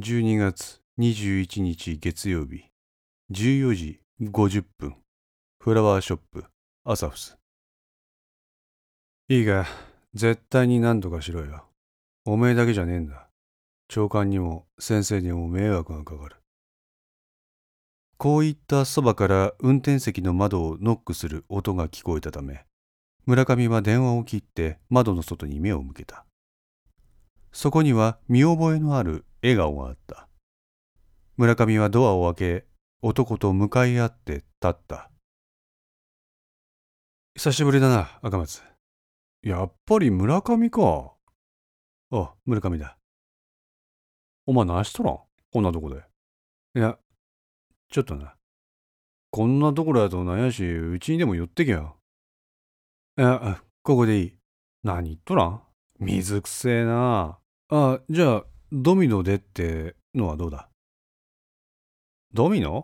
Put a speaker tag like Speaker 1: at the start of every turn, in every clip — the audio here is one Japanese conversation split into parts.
Speaker 1: 12月21日月曜日、14時50分、フラワーショップ、アサフス。いいか、絶対に何とかしろよ。おめえだけじゃねえんだ。長官にも先生にも迷惑がかかる。こういったそばから運転席の窓をノックする音が聞こえたため、村上は電話を切って窓の外に目を向けた。そこには見覚えのある笑顔があった。村上はドアを開け、男と向かい合って立った。久しぶりだな、赤松。やっぱり村上か。あ、村上だ。お前何しとらん、こんなとこで。いや、ちょっとな。こんなところやとなんやし、うちにでも寄ってけよ。いや、ここでいい。何言っとらん、水くせえな。じゃあ、ドミノでってのはどうだ。ドミノ。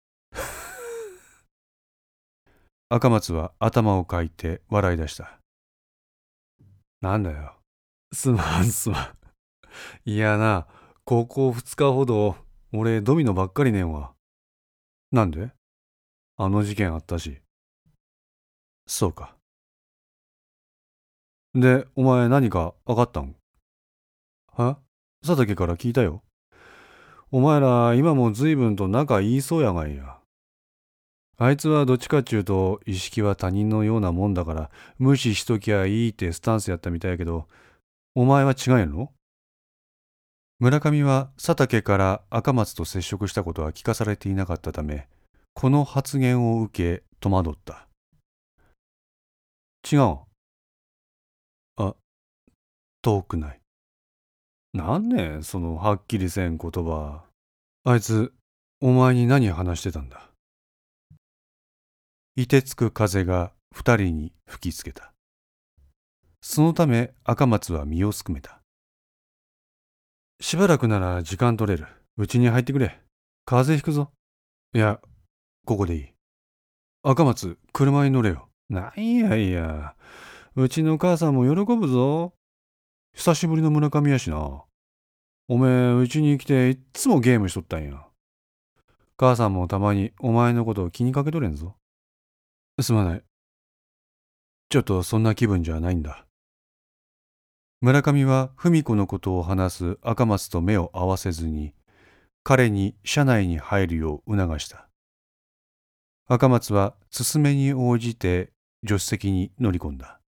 Speaker 1: 赤松は頭をかいて笑い出した。なんだよ。すまんすまん。いやな、ここ2日ほど、俺ドミノばっかりねんわ。なんで、あの事件あったし。そうか。で、お前何か分かったん？佐竹から聞いたよ。お前ら今も随分と仲いいそうやがいや。あいつはどっちかっちゅうと意識は他人のようなもんだから無視しときゃいいってスタンスやったみたいやけど、お前は違うやろ？村上は佐竹から赤松と接触したことは聞かされていなかったため、この発言を受け戸惑った。違う。あ、遠くない。なんねそのはっきりせん言葉。あいつ、お前に何話してたんだ。凍てつく風が二人に吹きつけた。そのため赤松は身をすくめた。しばらくなら時間取れる。うちに入ってくれ。風邪ひくぞ。いや、ここでいい。赤松、車に乗れよ。なんやいや。うちの母さんも喜ぶぞ。久しぶりの村上やしな。おめえ、うちに来ていっつもゲームしとったんや。母さんもたまにお前のことを気にかけとれんぞ。すまない。ちょっとそんな気分じゃないんだ。村上は文子のことを話す赤松と目を合わせずに、彼に車内に入るよう促した。赤松は勧めに応じて助手席に乗り込んだ。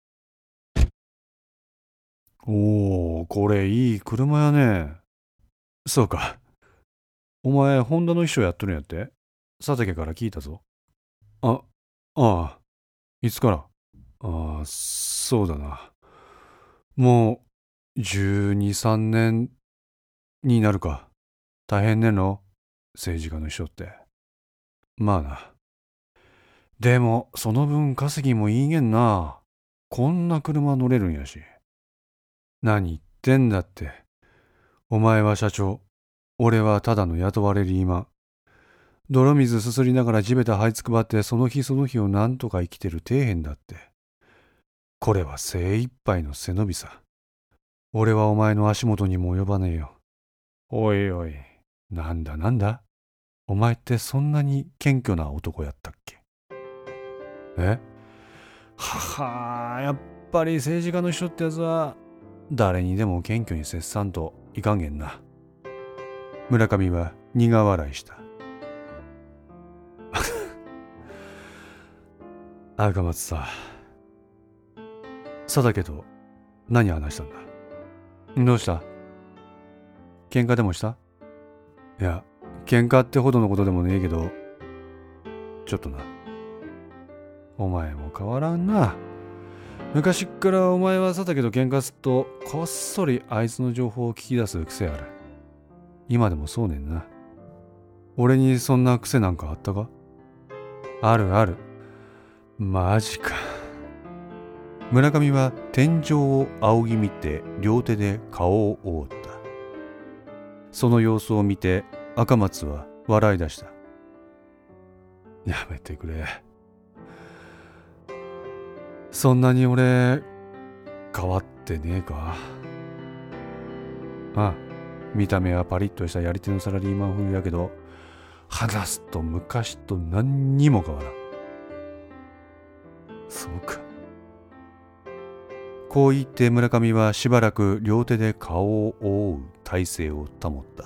Speaker 1: おー、これいい車やね。そうか。お前、ホンダの秘書やっとるんやって？佐竹から聞いたぞ。あ、ああ、いつから？そうだな。もう、12、3年になるか。大変ねんの、政治家の秘書って。まあな。でも、その分稼ぎもいいげんな。こんな車乗れるんやし。何言ってんだって。お前は社長。俺はただの雇われリーマン。泥水すすりながら地べた這いつくばってその日その日をなんとか生きてる底辺だって。これは精一杯の背伸びさ。俺はお前の足元にも及ばねえよ。おいおい、なんだなんだ、お前ってそんなに謙虚な男やったっけ？え？やっぱり政治家の人ってやつは誰にでも謙虚に接さんといかんげんな。村上は苦笑いした。赤松さ、佐竹と何話したんだ？どうした？喧嘩でもした？いや、喧嘩ってほどのことでもねえけど、ちょっとな。お前も変わらんな。昔っからお前は佐竹と喧嘩すっとこっそりあいつの情報を聞き出す癖ある。今でもそうねんな。俺にそんな癖なんかあったか？あるある。マジか。村上は天井を仰ぎ見て両手で顔を覆った。その様子を見て赤松は笑い出した。やめてくれ。そんなに俺変わってねえか？ああ、 見た目はパリッとしたやり手のサラリーマン風やけど、話すと昔と何にも変わらん。そうか。こう言って村上はしばらく両手で顔を覆う体勢を保った。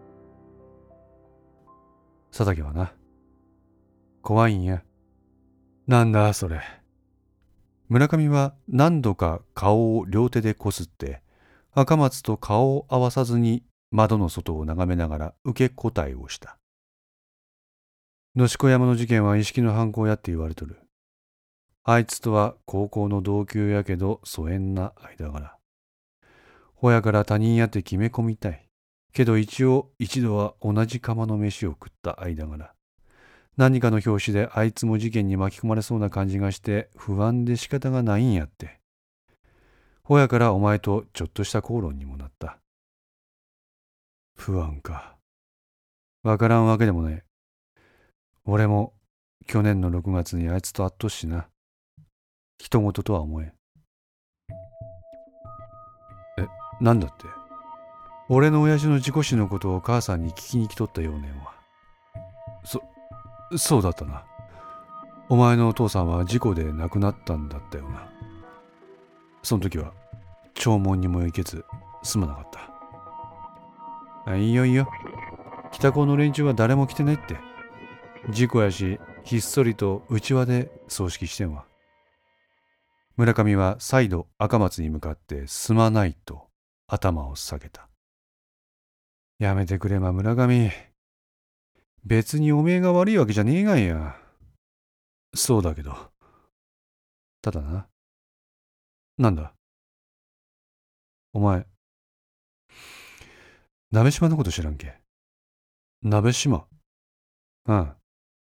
Speaker 1: 佐竹はな、怖いんや。なんだそれ。村上は何度か顔を両手でこすって、赤松と顔を合わさずに窓の外を眺めながら受け答えをした。野子山の事件は意識の犯行やって言われとる。あいつとは高校の同級やけど疎遠な間柄。ほやから他人やって決め込みたい。けど一度は同じ釜の飯を食った間柄。何かの拍子であいつも事件に巻き込まれそうな感じがして不安で仕方がないんやって。ほやからお前とちょっとした口論にもなった。不安か。わからんわけでもねえ。俺も去年の6月にあいつと会っとっしな。人事とは思えん。なんだって。俺の親父の事故死のことを母さんに聞きに来とったようねんわ。そうだったな。お前のお父さんは事故で亡くなったんだったよな。その時は弔問にも行けずすまなかった。いいよいいよ。北高の連中は誰も来てないって。事故やしひっそりと内輪で葬式してんわ。村上は再度赤松に向かってすまないと頭を下げた。やめてくれま村上。別におめえが悪いわけじゃねえがんや。そうだけど。ただな。なんだお前、鍋島のこと知らんけ。鍋島。うん。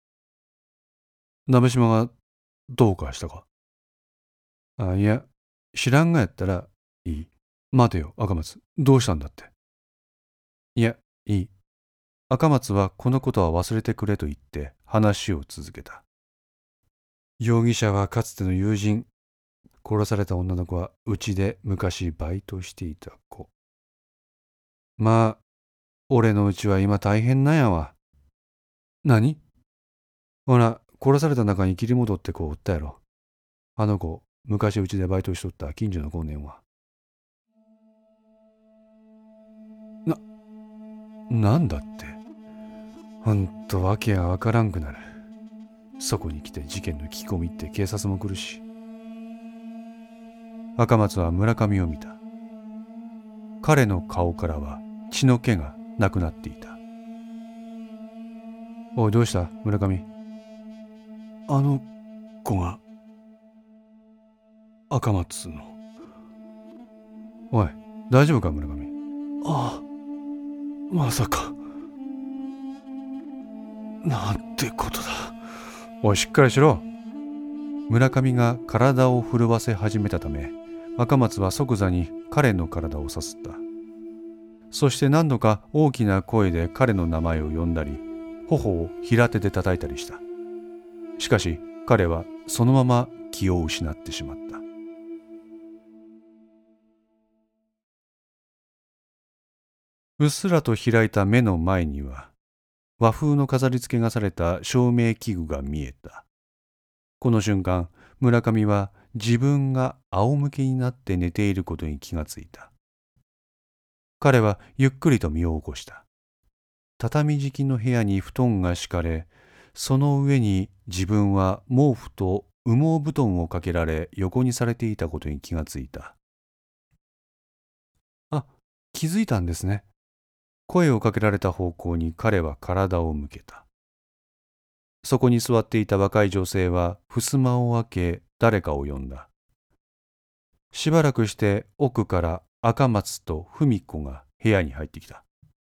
Speaker 1: 鍋島がどうかしたか。いや、知らんがやったらいい。待てよ、赤松。どうしたんだって。いや、いい。赤松はこのことは忘れてくれと言って話を続けた。容疑者はかつての友人。殺された女の子はうちで昔バイトしていた子。まあ、俺のうちは今大変なんやわ。何？ほら、殺された中に切り戻って子おったやろ。あの子、昔うちでバイトしとった近所の子ねんわ。なんだって。ほんと訳がわからんくなる。そこに来て事件の聞き込みって警察も来るし。赤松は村上を見た。彼の顔からは血の気がなくなっていた。おい、どうした村上。あの子が赤松の。おい、大丈夫か村上。ああ、まさか。なんてことだ。おい、しっかりしろ。村上が体を震わせ始めたため、赤松は即座に彼の体をさすった。そして何度か大きな声で彼の名前を呼んだり、頬を平手で叩いたりした。しかし彼はそのまま気を失ってしまった。うっすらと開いた目の前には和風の飾り付けがされた照明器具が見えた。この瞬間、村上は自分が仰向けになって寝ていることに気がついた。彼はゆっくりと身を起こした。畳敷きの部屋に布団が敷かれ、その上に自分は毛布と羽毛布団をかけられ横にされていたことに気がついた。気づいたんですね。声をかけられた方向に彼は体を向けた。そこに座っていた若い女性は襖を開け誰かを呼んだ。しばらくして奥から赤松と文子が部屋に入ってきた。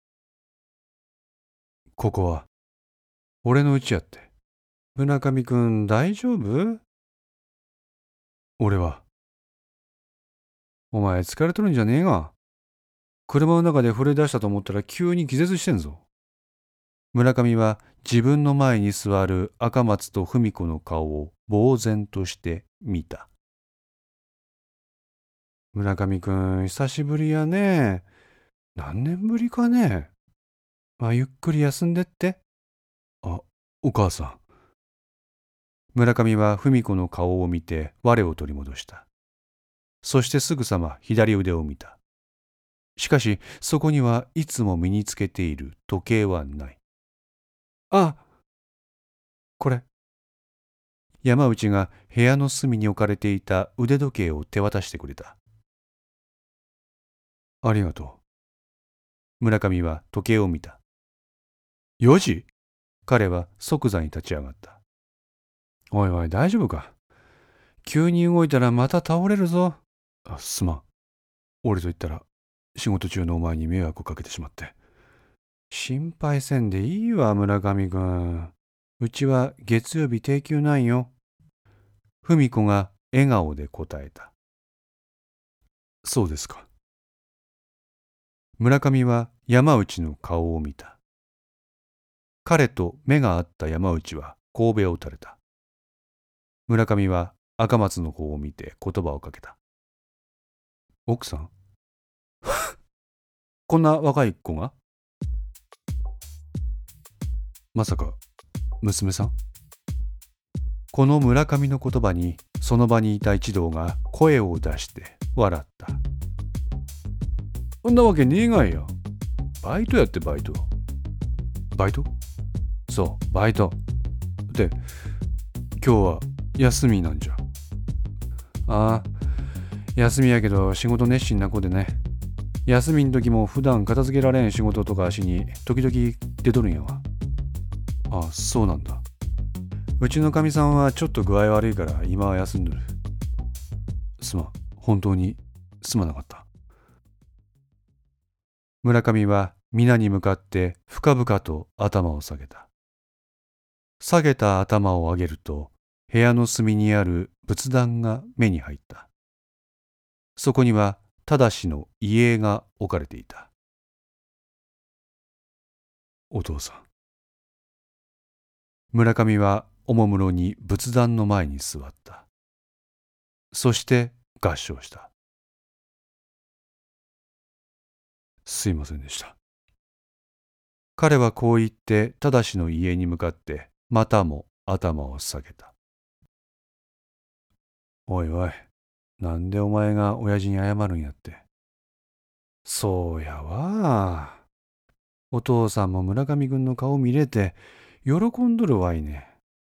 Speaker 1: ここは俺の家やって。村上くん大丈夫？俺は。お前疲れとるんじゃねえが。車の中で震え出したと思ったら急に気絶してんぞ。村上は自分の前に座る赤松と文子の顔を呆然として見た。村上くん久しぶりやね。 何年ぶりかね。ゆっくり休んでって。あ、お母さん。村上は文子の顔を見て我を取り戻した。そしてすぐさま左腕を見た。しかしそこにはいつも身につけている時計はない。あ、これ。山内が部屋の隅に置かれていた腕時計を手渡してくれた。ありがとう。村上は時計を見た。4時？彼は即座に立ち上がった。おいおい、大丈夫か？急に動いたらまた倒れるぞ。すまん。俺と言ったら仕事中のお前に迷惑をかけてしまって。心配せんでいいわ、村上くん。うちは月曜日定休なんよ。文子が笑顔で答えた。そうですか。村上は山内の顔を見た。彼と目が合った山内は神戸を垂れた。村上は赤松の方を見て言葉をかけた。奥さん？こんな若い子が？まさか娘さん？この村上の言葉にその場にいた一同が声を出して笑った。そんなわけねえがいよ。バイトやってバイト。バイト？そう、バイト。で、今日は休みなんじゃ。ああ、休みやけど仕事熱心な子でね。休みん時も普段片付けられん仕事とかしに時々出とるんやわ。ああ、そうなんだ。うちのかみさんはちょっと具合悪いから今は休んどる。すまん、本当にすまなかった。村上は皆に向かって深々と頭を下げた。下げた頭を上げると部屋の隅にある仏壇が目に入った。そこには正の遺影が置かれていた。お父さん。村上はおもむろに仏壇の前に座った。そして合掌した。すいませんでした。彼はこう言って正の遺影に向かってまたも頭を下げた。おいおい、なんでお前が親父に謝るんやって。そうやわ。お父さんも村上君の顔見れて喜んどるわいね。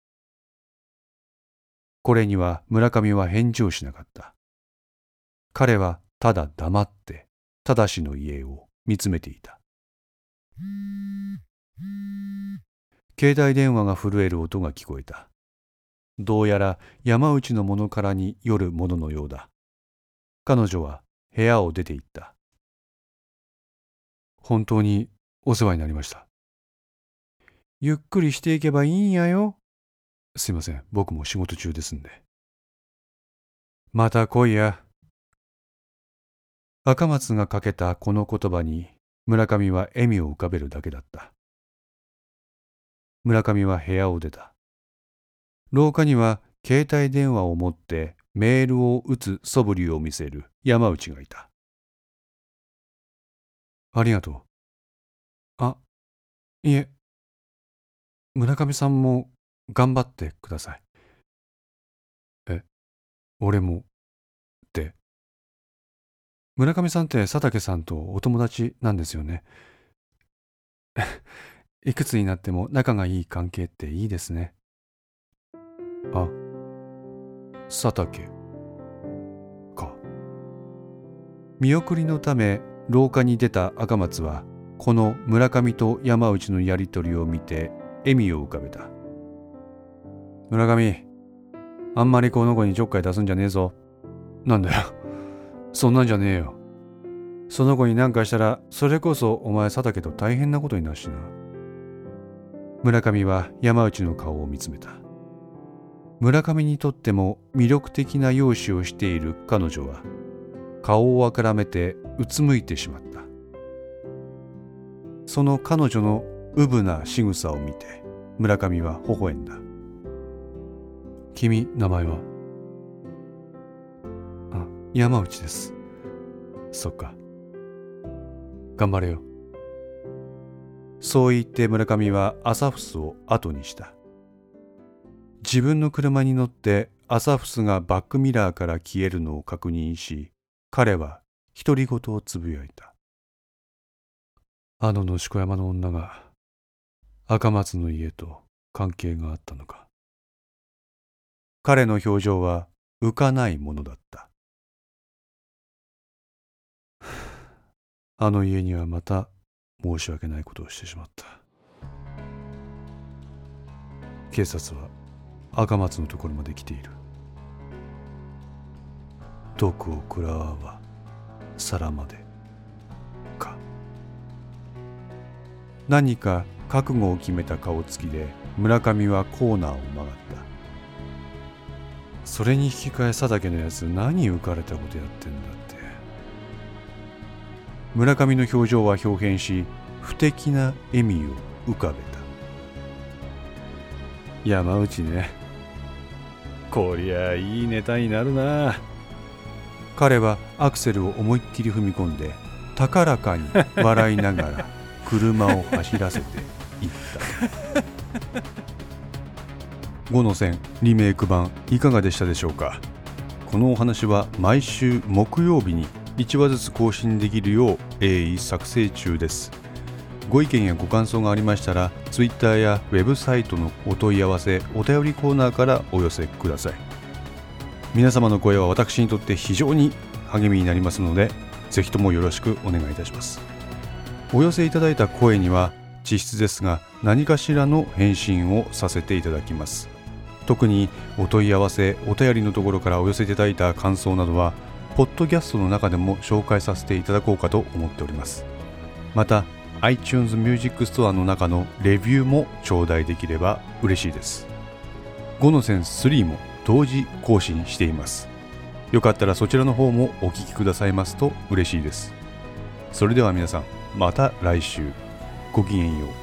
Speaker 1: これには村上は返事をしなかった。彼はただ黙って正の遺影を見つめていた。携帯電話が震える音が聞こえた。どうやら山内のものからによるもののようだ。彼女は部屋を出て行った。本当にお世話になりました。ゆっくりしていけばいいんやよ。すいません、僕も仕事中ですんで。また来いや。赤松がかけたこの言葉に村上は笑みを浮かべるだけだった。村上は部屋を出た。廊下には携帯電話を持ってメールを打つ素振りを見せる山内がいた。ありがとう。あ、いえ、村上さんも頑張ってください。え、俺もって。村上さんって佐竹さんとお友達なんですよね。いくつになっても仲がいい関係っていいですね。あ、佐竹か。見送りのため廊下に出た赤松はこの村上と山内のやりとりを見て笑みを浮かべた。村上、あんまりこの子にちょっかい出すんじゃねえぞ。なんだよ。そんなんじゃねえよ。その子に何かしたらそれこそお前佐竹と大変なことになるしな。村上は山内の顔を見つめた。村上にとっても魅力的な容姿をしている彼女は顔をあからめてうつむいてしまった。その彼女のうぶな仕草を見て村上は微笑んだ。君、名前は？山内です。そっか。 頑張れよ。そう言って村上はアサフスを後にした。自分の車に乗ってアサフスがバックミラーから消えるのを確認し、彼は独り言をつぶやいた。あの野宿山の女が赤松の家と関係があったのか。彼の表情は浮かないものだった。あの家にはまた申し訳ないことをしてしまった。警察は赤松のところまで来ている。毒を食らわば皿までか。何か覚悟を決めた顔つきで村上はコーナーを曲がった。それに引き換え佐竹のやつ何浮かれたことやってんだって。村上の表情は表変し、不敵な笑みを浮かべた。山内ね。こりゃいいネタになるな。彼はアクセルを思いっきり踏み込んで、高らかに笑いながら車を走らせていった。5の線リメイク版いかがでしたでしょうか。このお話は毎週木曜日に1話ずつ更新できるよう鋭意作成中です。ご意見やご感想がありましたら Twitter やウェブサイトのお問い合わせお便りコーナーからお寄せください。皆様の声は私にとって非常に励みになりますので、ぜひともよろしくお願いいたします。お寄せいただいた声には実質ですが何かしらの返信をさせていただきます。特にお問い合わせお便りのところからお寄せいただいた感想などはポッドキャストの中でも紹介させていただこうかと思っております。また iTunes Music Store の中のレビューも頂戴できれば嬉しいです。5の線3も同時更新しています。よかったらそちらの方もお聞きくださいますと嬉しいです。それでは皆さんまた来週ごきげんよう。